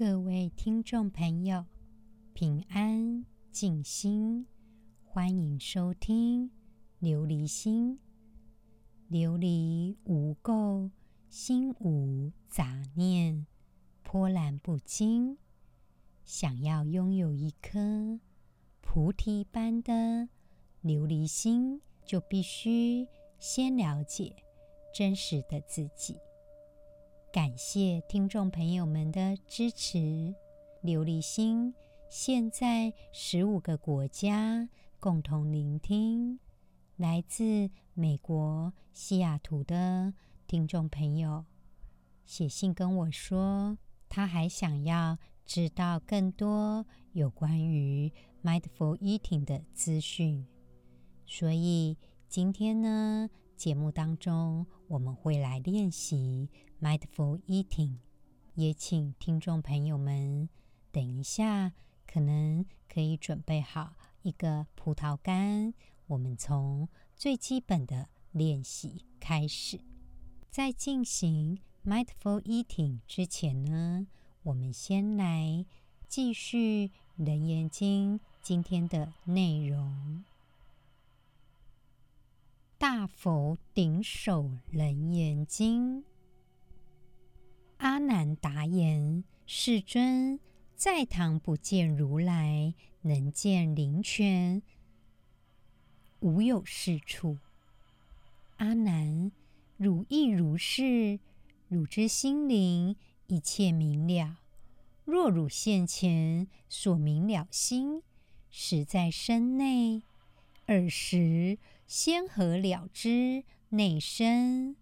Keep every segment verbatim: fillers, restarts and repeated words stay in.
各位听众朋友，平安静心，欢迎收听琉璃心。琉璃无垢，心无杂念，波澜不惊。想要拥有一颗菩提般的琉璃心，就必须先了解真实的自己。感谢听众朋友们的支持。琉璃心现在十五个国家共同聆听。来自美国西雅图的听众朋友写信跟我说，他还想要知道更多有关于 Mindful Eating 的资讯。所以今天呢，节目当中我们会来练习 Mindful Eating， 也请听众朋友们等一下可能可以准备好一个葡萄干，我们从最基本的练习开始。在进行 Mindful Eating 之前呢，我们先来继续《楞严经》今天的内容。大佛顶首楞严经。阿难答言：世尊，在堂不见如来，能见灵泉，无有是处。阿难，汝亦如是，汝之心灵一切明了。若汝现前所明了心，实在身内，尔时先何了知内身？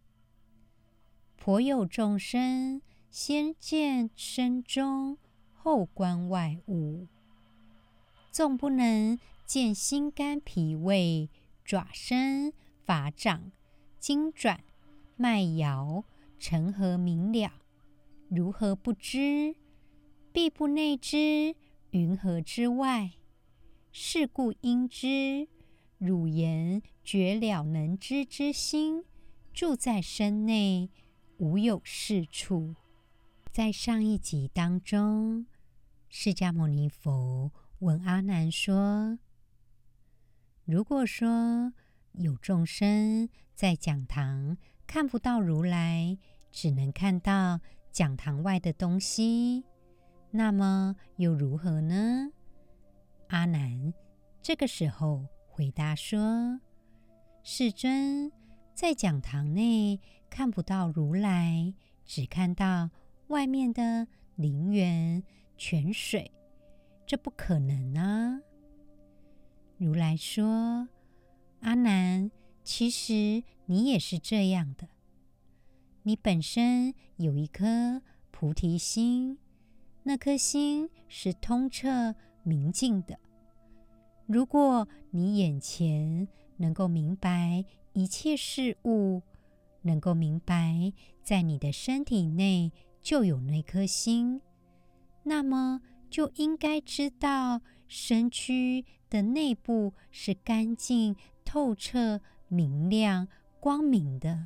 颇有众生先见身中，后观外物。纵不能见心肝脾胃、爪身、法掌、经转、脉摇，成何明了？如何不知？必不内知，云何之外？是故应知，汝言觉了能知之心，住在身内，无有是处。在上一集当中，释迦牟尼佛问阿难说，如果说有众生在讲堂看不到如来，只能看到讲堂外的东西，那么又如何呢？阿难这个时候回答说，世尊，在讲堂内看不到如来，只看到外面的灵源、泉水，这不可能啊。如来说，阿难，其实你也是这样的。你本身有一颗菩提心，那颗心是通彻明净的。如果你眼前能够明白一切事物，能够明白在你的身体内就有那颗心，那么就应该知道身躯的内部是干净、透彻、明亮、光明的。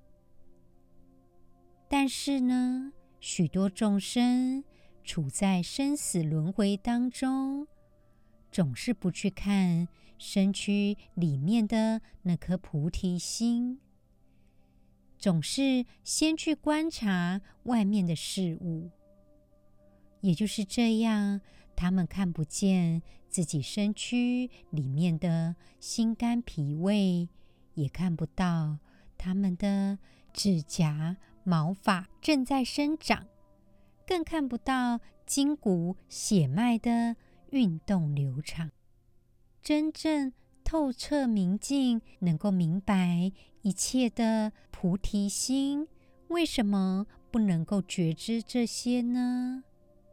但是呢，许多众生处在生死轮回当中，总是不去看身躯里面的那颗菩提心，总是先去观察外面的事物。也就是这样，他们看不见自己身躯里面的心肝脾胃，也看不到他们的指甲、毛发正在生长，更看不到筋骨血脉的运动流畅。真正透彻明净，能够明白一切的菩提心，为什么不能够觉知这些呢？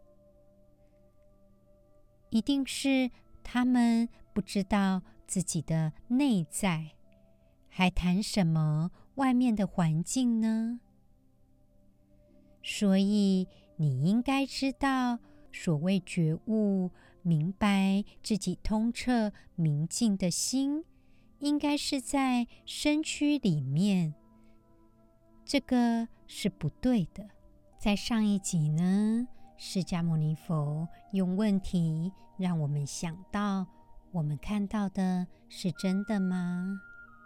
一定是他们不知道自己的内在，还谈什么外面的环境呢？所以你应该知道，所谓觉悟、明白自己通彻明净的心，应该是在身躯里面。这个是不对的。在上一集呢， 释迦牟尼佛用问题让我们想到，我们看到的是真的吗？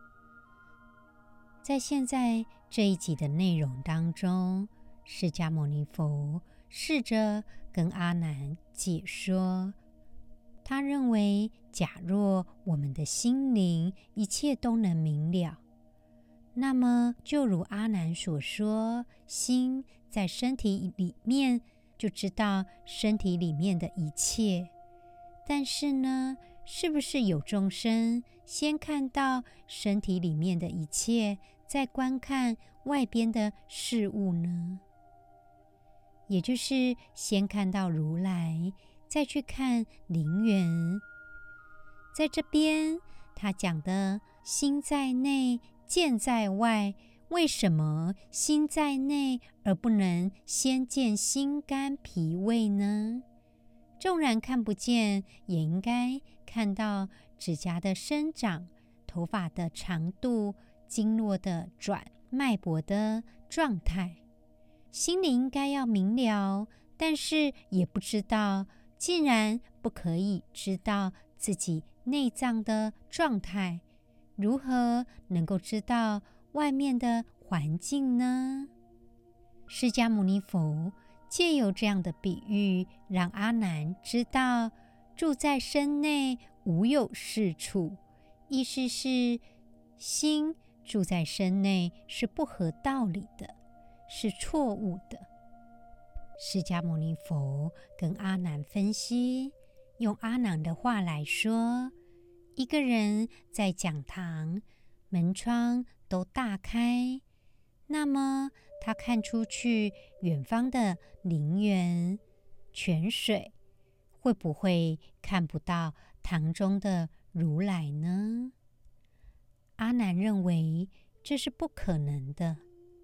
在现在这一集的内容当中，释迦牟尼佛试着跟阿难解说，他认为假若我们的心灵一切都能明了，那么就如阿难所说，心在身体里面就知道身体里面的一切。但是呢，是不是有众生先看到身体里面的一切，再观看外边的事物呢？也就是先看到如来，再去看灵缘。在这边他讲的心在内，见在外，为什么心在内而不能先见心肝脾胃呢？纵然看不见，也应该看到指甲的生长、头发的长度、经络的转、脉搏的状态。心里应该要明了，但是也不知道，既然不可以知道自己内脏的状态，如何能够知道外面的环境呢？释迦牟尼佛借由这样的比喻，让阿难知道住在身内无有是处，意思是心住在身内是不合道理的，是错误的。释迦牟尼佛跟阿难分析，用阿难的话来说，一个人在讲堂，门窗都大开，那么他看出去远方的陵园、泉水，会不会看不到堂中的如来呢？阿难认为这是不可能的。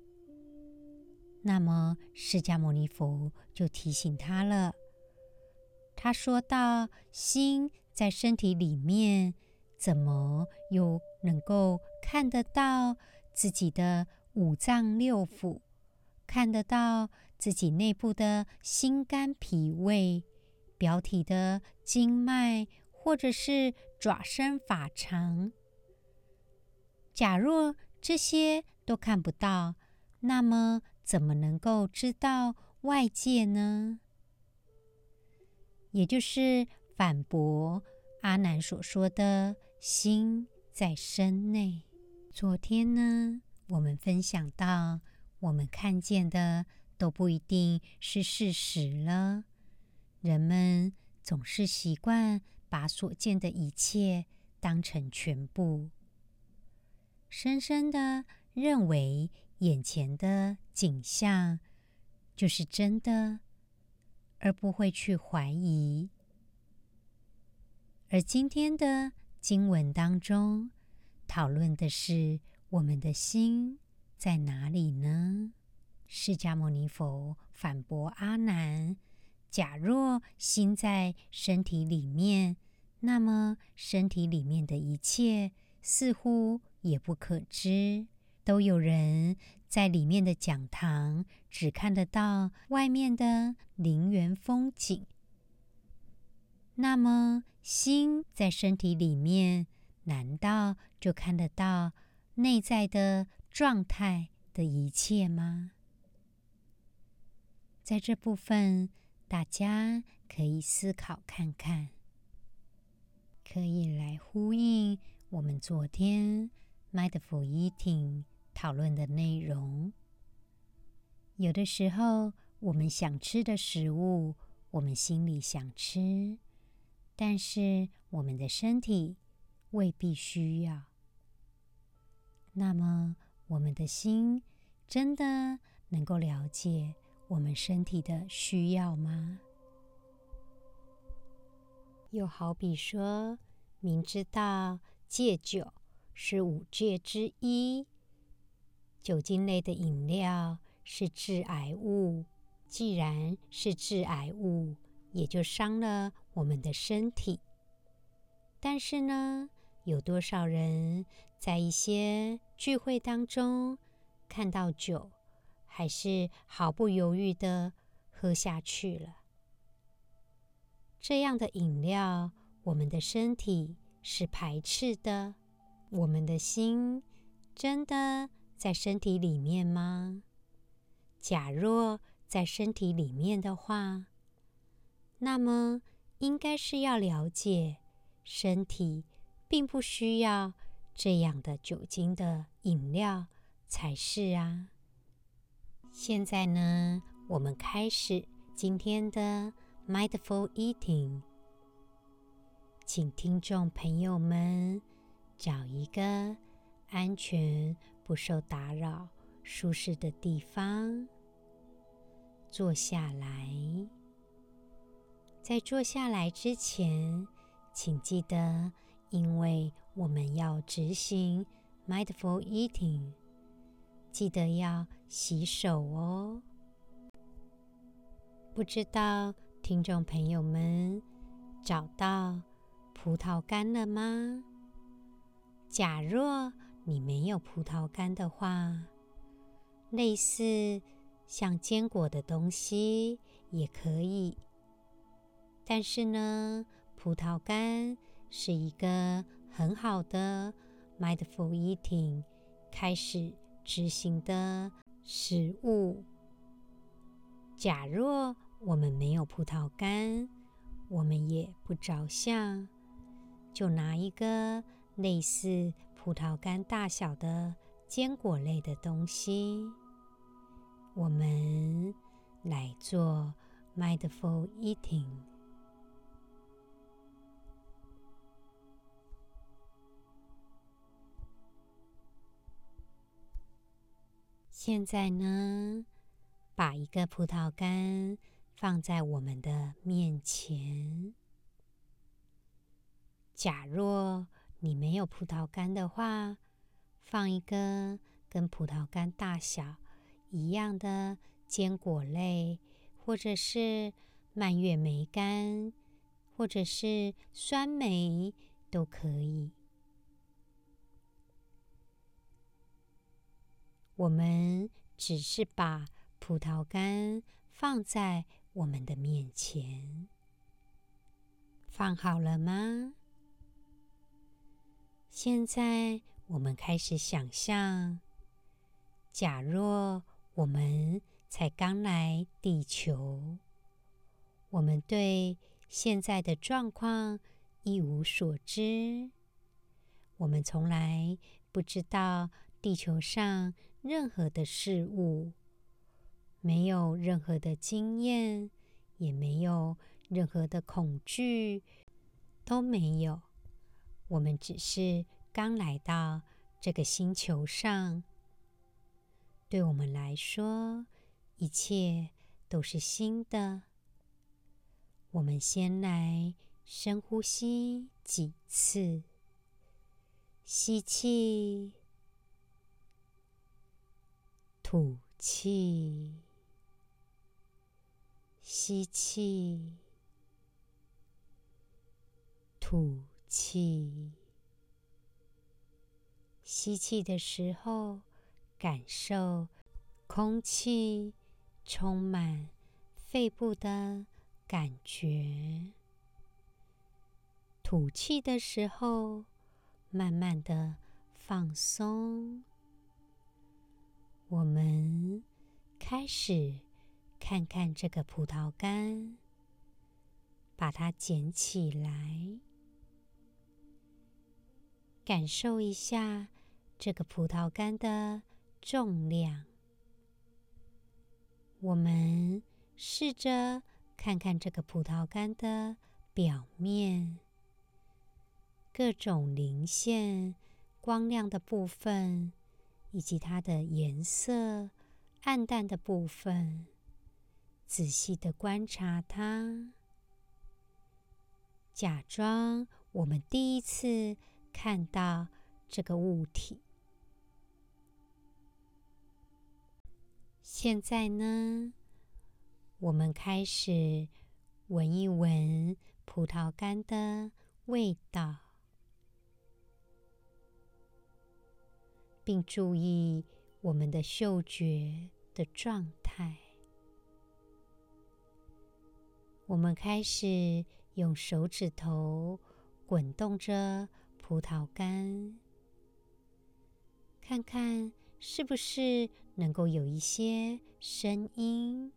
那么释迦牟尼佛就提醒他了。他说到，心在身体里面，怎么又能够看得到自己的五脏六腑，看得到自己内部的心肝脾胃、表体的经脉，或者是爪身法常？假若这些都看不到，那么怎么能够知道外界呢？也就是反驳阿难所说的心在身内。昨天呢，我们分享到，我们看见的都不一定是事实了。人们总是习惯把所见的一切当成全部，深深的认为眼前的景象就是真的，而不会去怀疑。而今天的经文当中讨论的是，我们的心在哪里呢？释迦牟尼佛反驳阿难，假若心在身体里面，那么身体里面的一切似乎也不可知，都有人在里面的讲堂只看得到外面的陵园风景。那么心在身体里面，难道就看得到内在的状态的一切吗？在这部分，大家可以思考看看，可以来呼应我们昨天 Mindful Eating 讨论的内容。有的时候，我们想吃的食物，我们心里想吃，但是我们的身体未必需要。那么，我们的心真的能够了解我们身体的需要吗？又好比说，明知道戒酒是五戒之一，酒精类的饮料是致癌物，既然是致癌物，也就伤了我们的身体。但是呢，有多少人在一些聚会当中看到酒，还是毫不犹豫地喝下去了？ 这样的饮料，我们的身体是排斥的。我们的心真的在身体里面吗？假若在身体里面的话，那么应该是要了解，身体并不需要这样的酒精的饮料才是啊。现在呢，我们开始今天的 Mindful Eating， 请听众朋友们找一个安全、不受打扰、舒适的地方坐下来。在坐下来之前，请记得，因为我们要执行 Mindful Eating， 记得要洗手哦。不知道听众朋友们找到葡萄干了吗？假若你没有葡萄干的话，类似像坚果的东西也可以。但是呢，葡萄干是一个很好的 Mindful Eating 开始执行的食物。假若我们没有葡萄干，我们也不着相，就拿一个类似葡萄干大小的坚果类的东西，我们来做 Mindful Eating。现在呢，把一个葡萄干放在我们的面前。假若你没有葡萄干的话，放一个跟葡萄干大小一样的坚果类，或者是蔓越莓干，或者是酸梅都可以。我们只是把葡萄干放在我们的面前，放好了吗？现在我们开始想象，假若我们才刚来地球，我们对现在的状况一无所知，我们从来不知道地球上任何的事物，没有任何的经验，也没有任何的恐惧，都没有。我们只是刚来到这个星球上，对我们来说，一切都是新的。我们先来深呼吸几次，吸气，吐气，吸气，吐气。吸气的时候，感受空气充满肺部的感觉。吐气的时候，慢慢的放松。我们开始看看这个葡萄干，把它捡起来，感受一下这个葡萄干的重量。我们试着看看这个葡萄干的表面，各种零线、光亮的部分，以及它的颜色暗淡的部分，仔细的观察它，假装我们第一次看到这个物体。现在呢，我们开始闻一闻葡萄干的味道，并注意我们的嗅觉的状态。我们开始用手指头滚动着葡萄干，看看是不是能够有一些声音。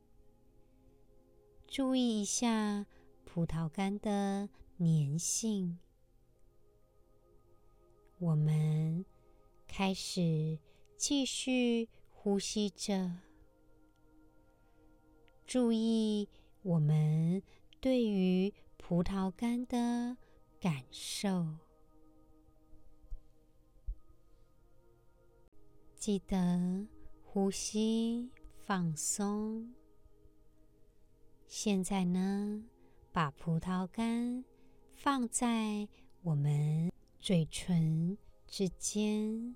注意一下葡萄干的粘性。我们开始继续呼吸着，注意我们对于葡萄干的感受。记得呼吸放松。现在呢，把葡萄干放在我们嘴唇之间，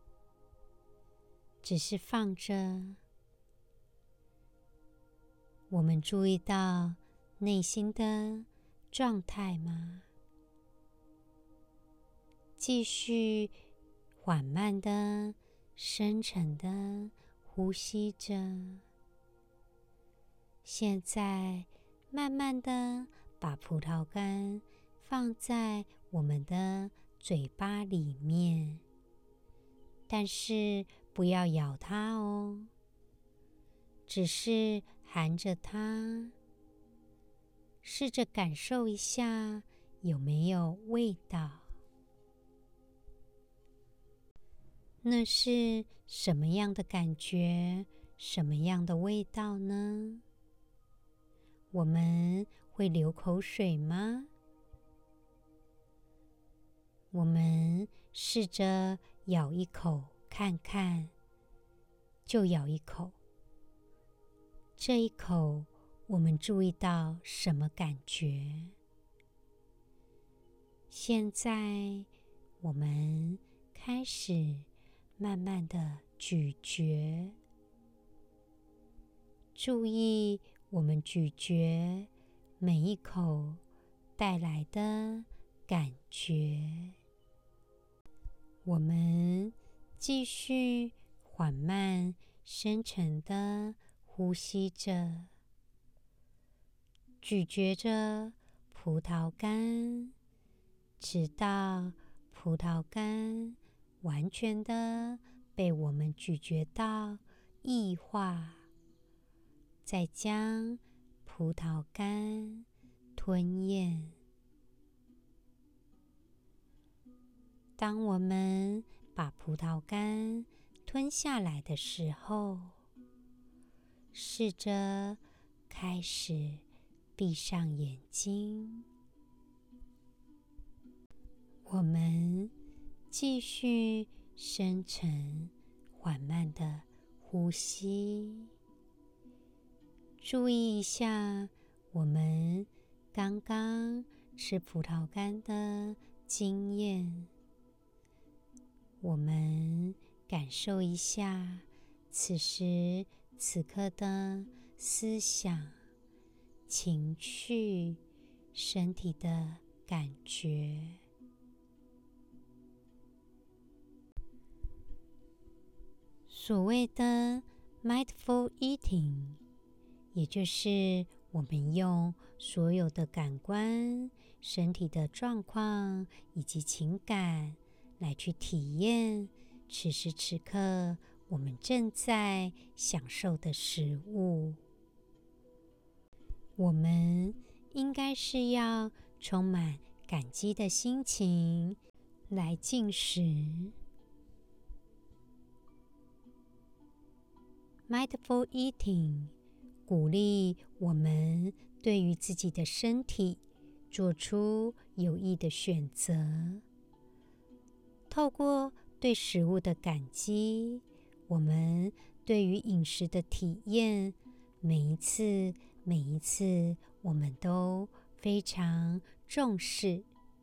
只是放着。我们注意到内心的状态吗？继续缓慢的、深沉的呼吸着。现在慢慢的把葡萄干放在我们的嘴巴里面，但是不要咬它哦，只是含着它，试着感受一下有没有味道。那是什么样的感觉？什么样的味道呢？我们会流口水吗？我们试着咬一口看看，就咬一口。这一口，我们注意到什么感觉？现在，我们开始慢慢的咀嚼，注意我们咀嚼每一口带来的感觉。我们继续缓慢、深沉的呼吸着，咀嚼着葡萄干，直到葡萄干完全的被我们咀嚼到异化，再将葡萄干吞咽。当我们把葡萄干吞下来的时候，试着开始闭上眼睛。我们继续深沉、缓慢的呼吸。注意一下我们刚刚吃葡萄干的经验。我们感受一下此时此刻的思想、情绪、身体的感觉。所谓的 mindful eating， 也就是我们用所有的感官、身体的状况以及情感来去体验此时此刻我们正在享受的食物。我们应该是要充满感激的心情来进食。Mindful eating 鼓励我们对于自己的身体做出有益的选择。透过对食物的感激，我们对于饮食的体验，每一次每一次我们都非常重视。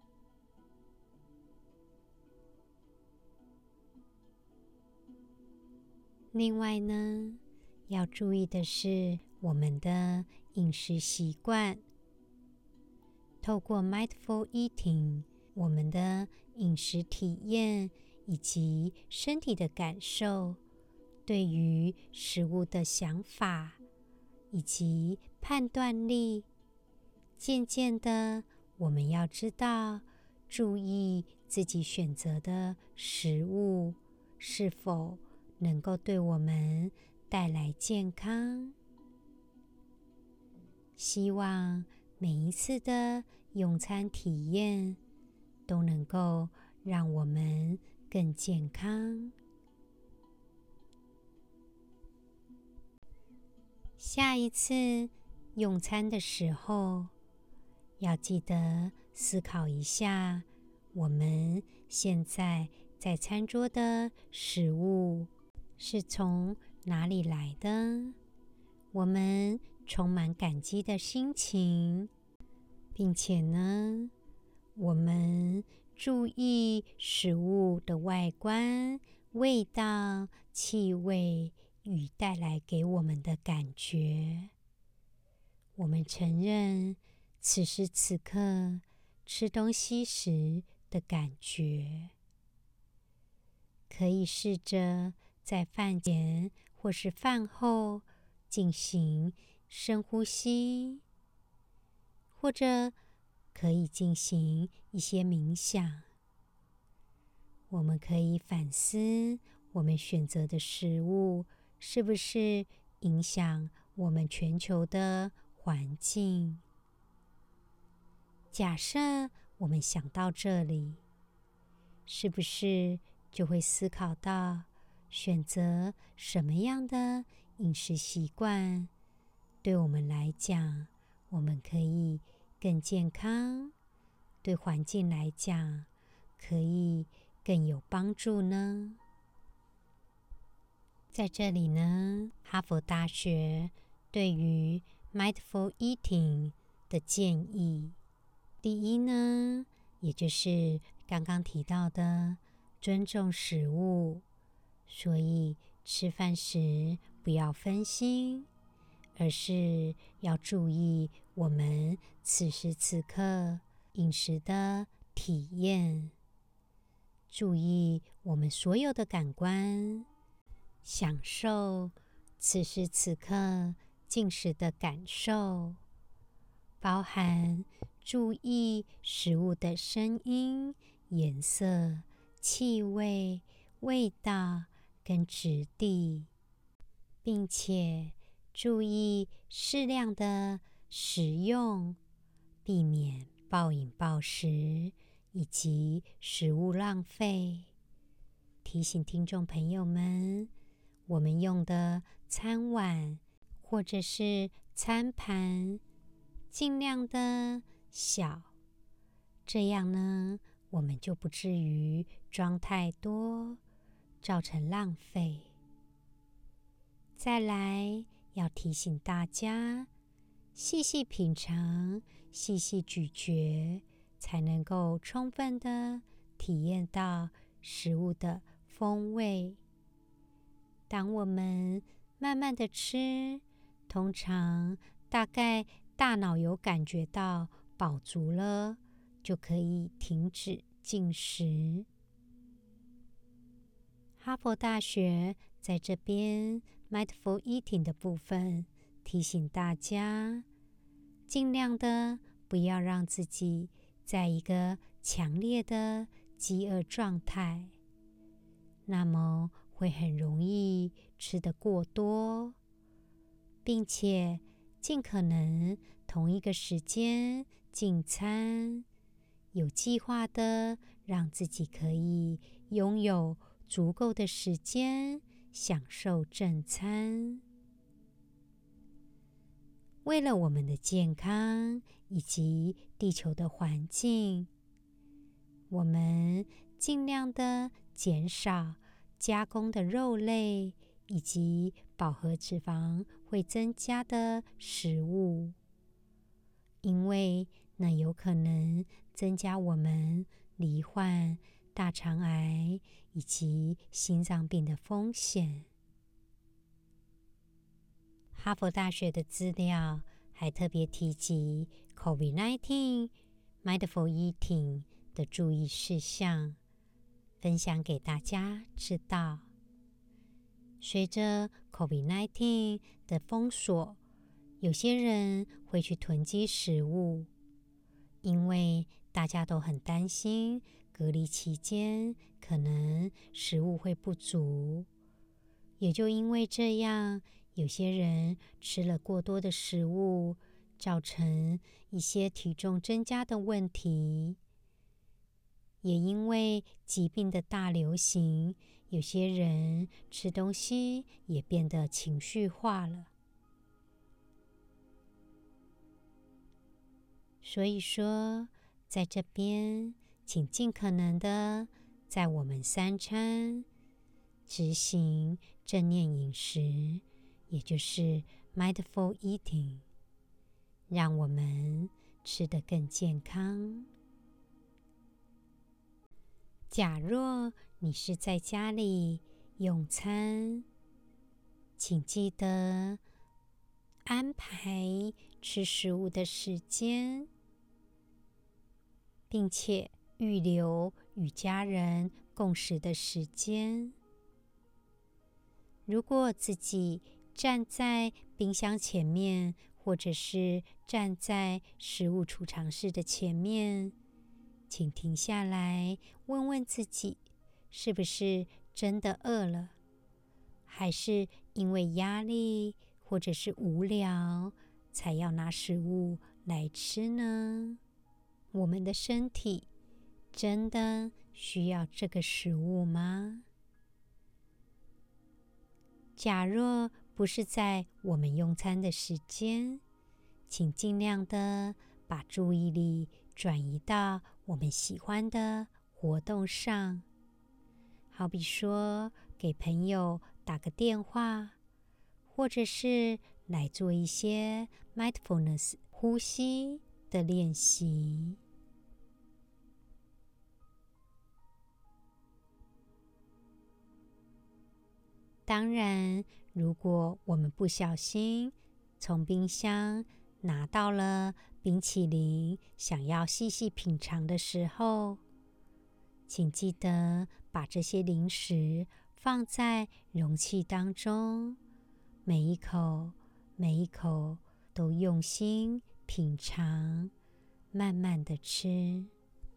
另外呢，要注意的是我们的饮食习惯。透过 mindful eating， 我们的饮食体验以及身体的感受，对于食物的想法以及判断力， 渐渐的，我们要知道，注意自己选择的食物是否能够对我们带来健康。希望每一次的用餐体验都能够让我们更健康。下一次用餐的时候，要记得思考一下，我们现在在餐桌的食物是从哪里来的？我们充满感激的心情，并且呢，我们注意食物的外观、味道、气味与带来给我们的感觉。我们承认此时此刻吃东西时的感觉。可以试着在饭前或是饭后进行深呼吸，或者可以进行一些冥想。我们可以反思我们选择的食物是不是影响我们全球的环境。假设我们想到这里，是不是就会思考到选择什么样的饮食习惯对我们来讲，我们可以更健康，对环境来讲可以更有帮助呢？在这里呢，哈佛大学对于 Mindful Eating 的建议，第一呢，也就是刚刚提到的尊重食物，所以吃饭时不要分心，而是要注意我们此时此刻饮食的体验，注意我们所有的感官，享受此时此刻进食的感受，包含注意食物的声音、颜色、气味、味道跟质地，并且注意适量的食用，避免暴饮暴食以及食物浪费。提醒听众朋友们，我们用的餐碗或者是餐盘尽量的小，这样呢，我们就不至于装太多，造成浪费。再来，要提醒大家，细细品尝，细细咀嚼，才能够充分的体验到食物的风味。当我们慢慢的吃，通常大概大脑有感觉到饱足了，就可以停止进食。哈佛大学在这边 Mindful Eating 的部分提醒大家，尽量的不要让自己在一个强烈的饥饿状态，那么会很容易吃得过多，并且尽可能同一个时间进餐，有计划的让自己可以拥有足够的时间享受正餐。为了我们的健康以及地球的环境，我们尽量的减少加工的肉类以及饱和脂肪会增加的食物，因为那有可能增加我们罹患大肠癌以及心脏病的风险。哈佛大学的资料还特别提及 COVID 十九 Mindful Eating 的注意事项，分享给大家知道。随着 COVID 十九 的封锁， 有些人会去囤积食物，因为大家都很担心隔离期间可能食物会不足。也就因为这样，有些人吃了过多的食物，造成一些体重增加的问题。也因为疾病的大流行，有些人吃东西也变得情绪化了。所以说，在这边，请尽可能的在我们三餐执行正念饮食，也就是 mindful eating， 让我们吃得更健康。假若你是在家里用餐，请记得安排吃食物的时间，并且预留与家人共食的时间。如果自己站在冰箱前面，或者是站在食物储藏室的前面，请停下来问问自己，是不是真的饿了，还是因为压力或者是无聊才要拿食物来吃呢？我们的身体真的需要这个食物吗？假若不是在我们用餐的时间，请尽量的把注意力转移到我们喜欢的活动上，好比说给朋友打个电话，或者是来做一些 mindfulness 呼吸的练习。当然，如果我们不小心从冰箱拿到了冰淇淋，想要细细品尝的时候，请记得把这些零食放在容器当中，每一口每一口都用心品尝，慢慢的吃。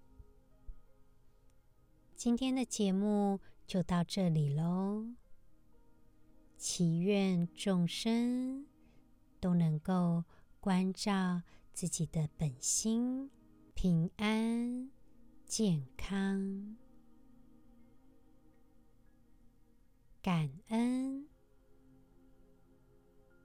今天的节目就到这里咯，祈愿众生都能够关照自己的本心，平安健康，感恩。